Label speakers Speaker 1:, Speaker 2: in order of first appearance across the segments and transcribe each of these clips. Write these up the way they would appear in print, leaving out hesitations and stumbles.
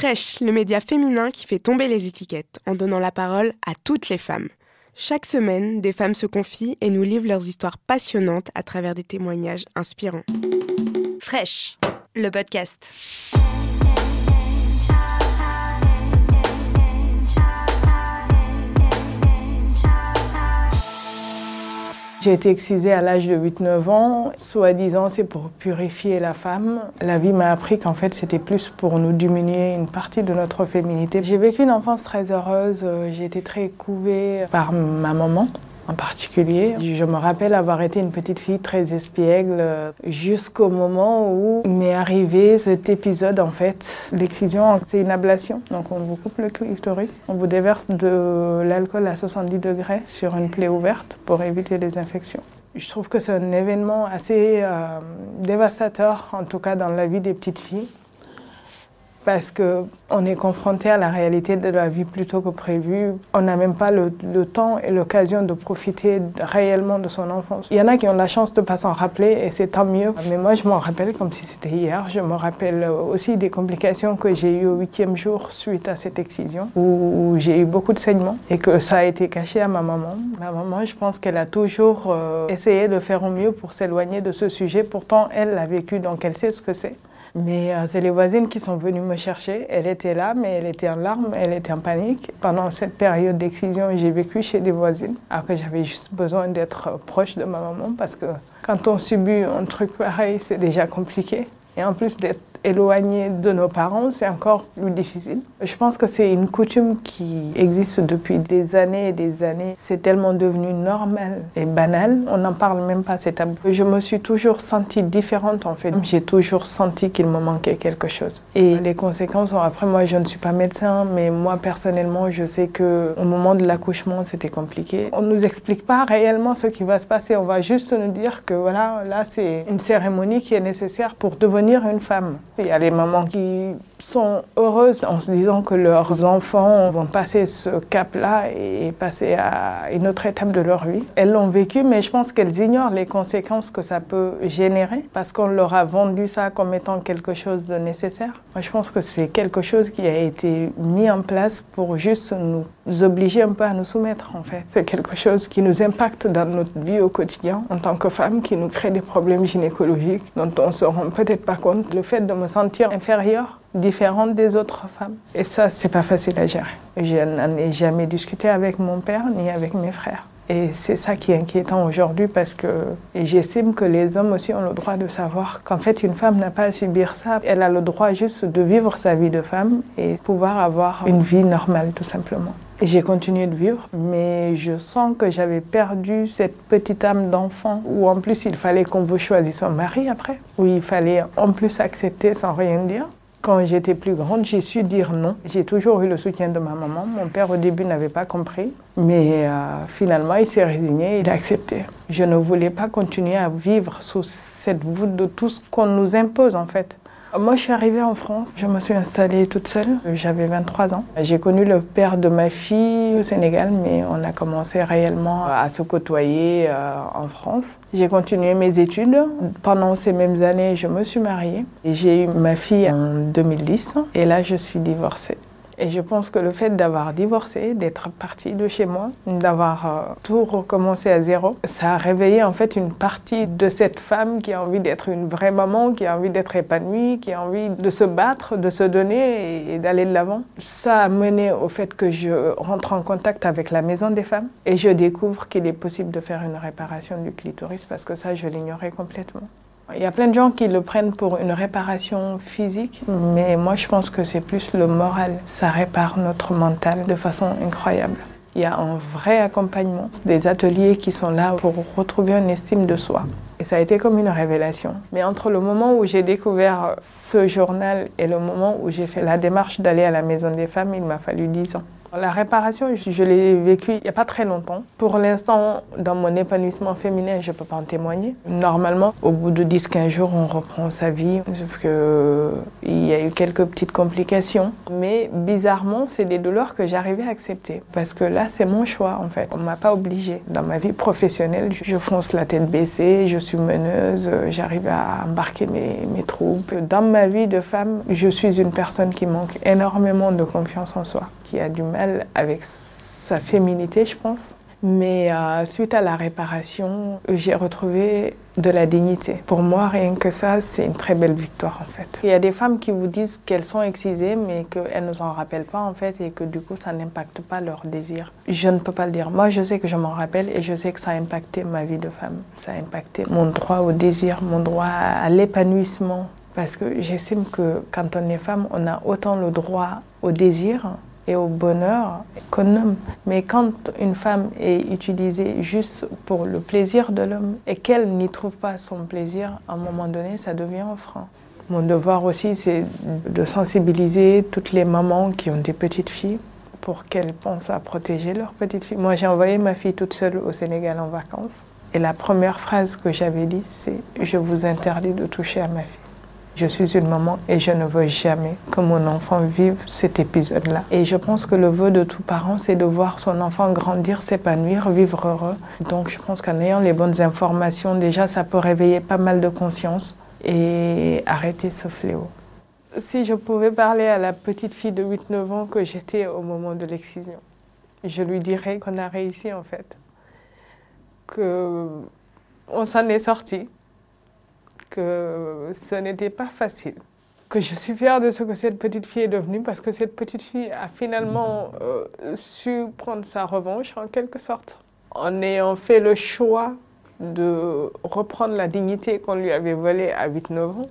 Speaker 1: Fresh, le média féminin qui fait tomber les étiquettes en donnant la parole à toutes les femmes. Chaque semaine, des femmes se confient et nous livrent leurs histoires passionnantes à travers des témoignages inspirants.
Speaker 2: Fresh, le podcast.
Speaker 3: J'ai été excisée à l'âge de 8-9 ans. Soi-disant, c'est pour purifier la femme. La vie m'a appris qu'en fait, c'était plus pour nous diminuer une partie de notre féminité. J'ai vécu une enfance très heureuse. J'ai été très couvée par ma maman en particulier. Je me rappelle avoir été une petite fille très espiègle jusqu'au moment où m'est arrivé cet épisode en fait. L'excision, c'est une ablation. Donc on vous coupe le clitoris, on vous déverse de l'alcool à 70 degrés sur une plaie ouverte pour éviter les infections. Je trouve que c'est un événement assez dévastateur, en tout cas dans la vie des petites filles. Parce qu'on est confronté à la réalité de la vie plus tôt que prévu. On n'a même pas le temps et l'occasion de profiter réellement de son enfance. Il y en a qui ont la chance de ne pas s'en rappeler et c'est tant mieux. Mais moi, je m'en rappelle comme si c'était hier. Je me rappelle aussi des complications que j'ai eues au 8e jour suite à cette excision, où j'ai eu beaucoup de saignements et que ça a été caché à ma maman. Ma maman, je pense qu'elle a toujours essayé de faire au mieux pour s'éloigner de ce sujet. Pourtant, elle l'a vécu, donc elle sait ce que c'est. Mais c'est les voisines qui sont venues me chercher. Elle était là, mais elle était en larmes, elle était en panique. Pendant cette période d'excision, j'ai vécu chez des voisines. Alors que j'avais juste besoin d'être proche de ma maman parce que quand on subit un truc pareil, c'est déjà compliqué. Et en plus d'être éloigné de nos parents, c'est encore plus difficile. Je pense que c'est une coutume qui existe depuis des années et des années. C'est tellement devenu normal et banal, on n'en parle même pas, c'est tabou. Je me suis toujours sentie différente en fait. J'ai toujours senti qu'il me manquait quelque chose. Et les conséquences, après moi je ne suis pas médecin, mais moi personnellement je sais qu'au moment de l'accouchement c'était compliqué. On ne nous explique pas réellement ce qui va se passer, on va juste nous dire que voilà, là c'est une cérémonie qui est nécessaire pour devenir une femme. Il y a les mamans qui sont heureuses en se disant que leurs enfants vont passer ce cap-là et passer à une autre étape de leur vie. Elles l'ont vécu, mais je pense qu'elles ignorent les conséquences que ça peut générer parce qu'on leur a vendu ça comme étant quelque chose de nécessaire. Moi, je pense que c'est quelque chose qui a été mis en place pour juste nous obliger un peu à nous soumettre, en fait. C'est quelque chose qui nous impacte dans notre vie au quotidien en tant que femme, qui nous crée des problèmes gynécologiques dont on ne se rend peut-être pas compte. Le fait de me sentir inférieure, différente des autres femmes. Et ça, c'est pas facile à gérer. Je n'en ai jamais discuté avec mon père ni avec mes frères. Et c'est ça qui est inquiétant aujourd'hui parce que j'estime que les hommes aussi ont le droit de savoir qu'en fait une femme n'a pas à subir ça. Elle a le droit juste de vivre sa vie de femme et pouvoir avoir une vie normale tout simplement. J'ai continué de vivre, mais je sens que j'avais perdu cette petite âme d'enfant où en plus il fallait qu'on vous choisisse un mari après, où il fallait en plus accepter sans rien dire. Quand j'étais plus grande, j'ai su dire non. J'ai toujours eu le soutien de ma maman. Mon père, au début, n'avait pas compris. Mais finalement, il s'est résigné, il a accepté. Je ne voulais pas continuer à vivre sous cette voûte de tout ce qu'on nous impose, en fait. Moi, je suis arrivée en France. Je me suis installée toute seule. J'avais 23 ans. J'ai connu le père de ma fille au Sénégal, mais on a commencé réellement à se côtoyer en France. J'ai continué mes études. Pendant ces mêmes années, je me suis mariée. Et j'ai eu ma fille en 2010. Et là, je suis divorcée. Et je pense que le fait d'avoir divorcé, d'être partie de chez moi, d'avoir tout recommencé à zéro, ça a réveillé en fait une partie de cette femme qui a envie d'être une vraie maman, qui a envie d'être épanouie, qui a envie de se battre, de se donner et d'aller de l'avant. Ça a mené au fait que je rentre en contact avec la Maison des femmes et je découvre qu'il est possible de faire une réparation du clitoris parce que ça, je l'ignorais complètement. Il y a plein de gens qui le prennent pour une réparation physique, mais moi je pense que c'est plus le moral. Ça répare notre mental de façon incroyable. Il y a un vrai accompagnement, des ateliers qui sont là pour retrouver une estime de soi. Et ça a été comme une révélation. Mais entre le moment où j'ai découvert ce journal et le moment où j'ai fait la démarche d'aller à la Maison des femmes, il m'a fallu 10 ans. La réparation, je l'ai vécue il n'y a pas très longtemps. Pour l'instant, dans mon épanouissement féminin, je ne peux pas en témoigner. Normalement, au bout de 10-15 jours, on reprend sa vie. Sauf qu'il y a eu quelques petites complications. Mais bizarrement, c'est des douleurs que j'arrivais à accepter. Parce que là, c'est mon choix, en fait. On ne m'a pas obligée. Dans ma vie professionnelle, je fonce la tête baissée, je suis meneuse, j'arrive à embarquer mes troupes. Dans ma vie de femme, je suis une personne qui manque énormément de confiance en soi, qui a du mal avec sa féminité, je pense. Mais suite à la réparation, j'ai retrouvé de la dignité. Pour moi, rien que ça, c'est une très belle victoire en fait. Il y a des femmes qui vous disent qu'elles sont excisées, mais qu'elles ne s'en rappellent pas en fait et que du coup, ça n'impacte pas leur désir. Je ne peux pas le dire. Moi, je sais que je m'en rappelle et je sais que ça a impacté ma vie de femme. Ça a impacté mon droit au désir, mon droit à l'épanouissement. Parce que j'estime que quand on est femme, on a autant le droit au désir et au bonheur qu'un homme. Mais quand une femme est utilisée juste pour le plaisir de l'homme et qu'elle n'y trouve pas son plaisir, à un moment donné, ça devient un frein. Mon devoir aussi, c'est de sensibiliser toutes les mamans qui ont des petites filles pour qu'elles pensent à protéger leurs petites filles. Moi, j'ai envoyé ma fille toute seule au Sénégal en vacances. Et la première phrase que j'avais dit, c'est « Je vous interdis de toucher à ma fille ». Je suis une maman et je ne veux jamais que mon enfant vive cet épisode-là. Et je pense que le vœu de tout parent, c'est de voir son enfant grandir, s'épanouir, vivre heureux. Donc je pense qu'en ayant les bonnes informations, déjà, ça peut réveiller pas mal de conscience et arrêter ce fléau. Si je pouvais parler à la petite fille de 8-9 ans que j'étais au moment de l'excision, je lui dirais qu'on a réussi en fait, qu'on s'en est sorti, que ce n'était pas facile, que je suis fière de ce que cette petite fille est devenue parce que cette petite fille a finalement su prendre sa revanche en quelque sorte, en ayant fait le choix de reprendre la dignité qu'on lui avait volée à 8-9 ans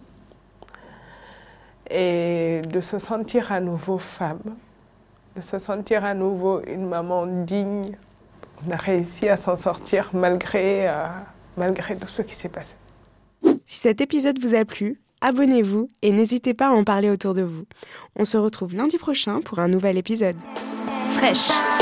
Speaker 3: et de se sentir à nouveau femme, de se sentir à nouveau une maman digne. On a réussi à s'en sortir malgré tout ce qui s'est passé.
Speaker 1: Si cet épisode vous a plu, abonnez-vous et n'hésitez pas à en parler autour de vous. On se retrouve lundi prochain pour un nouvel épisode.
Speaker 2: Fraîche.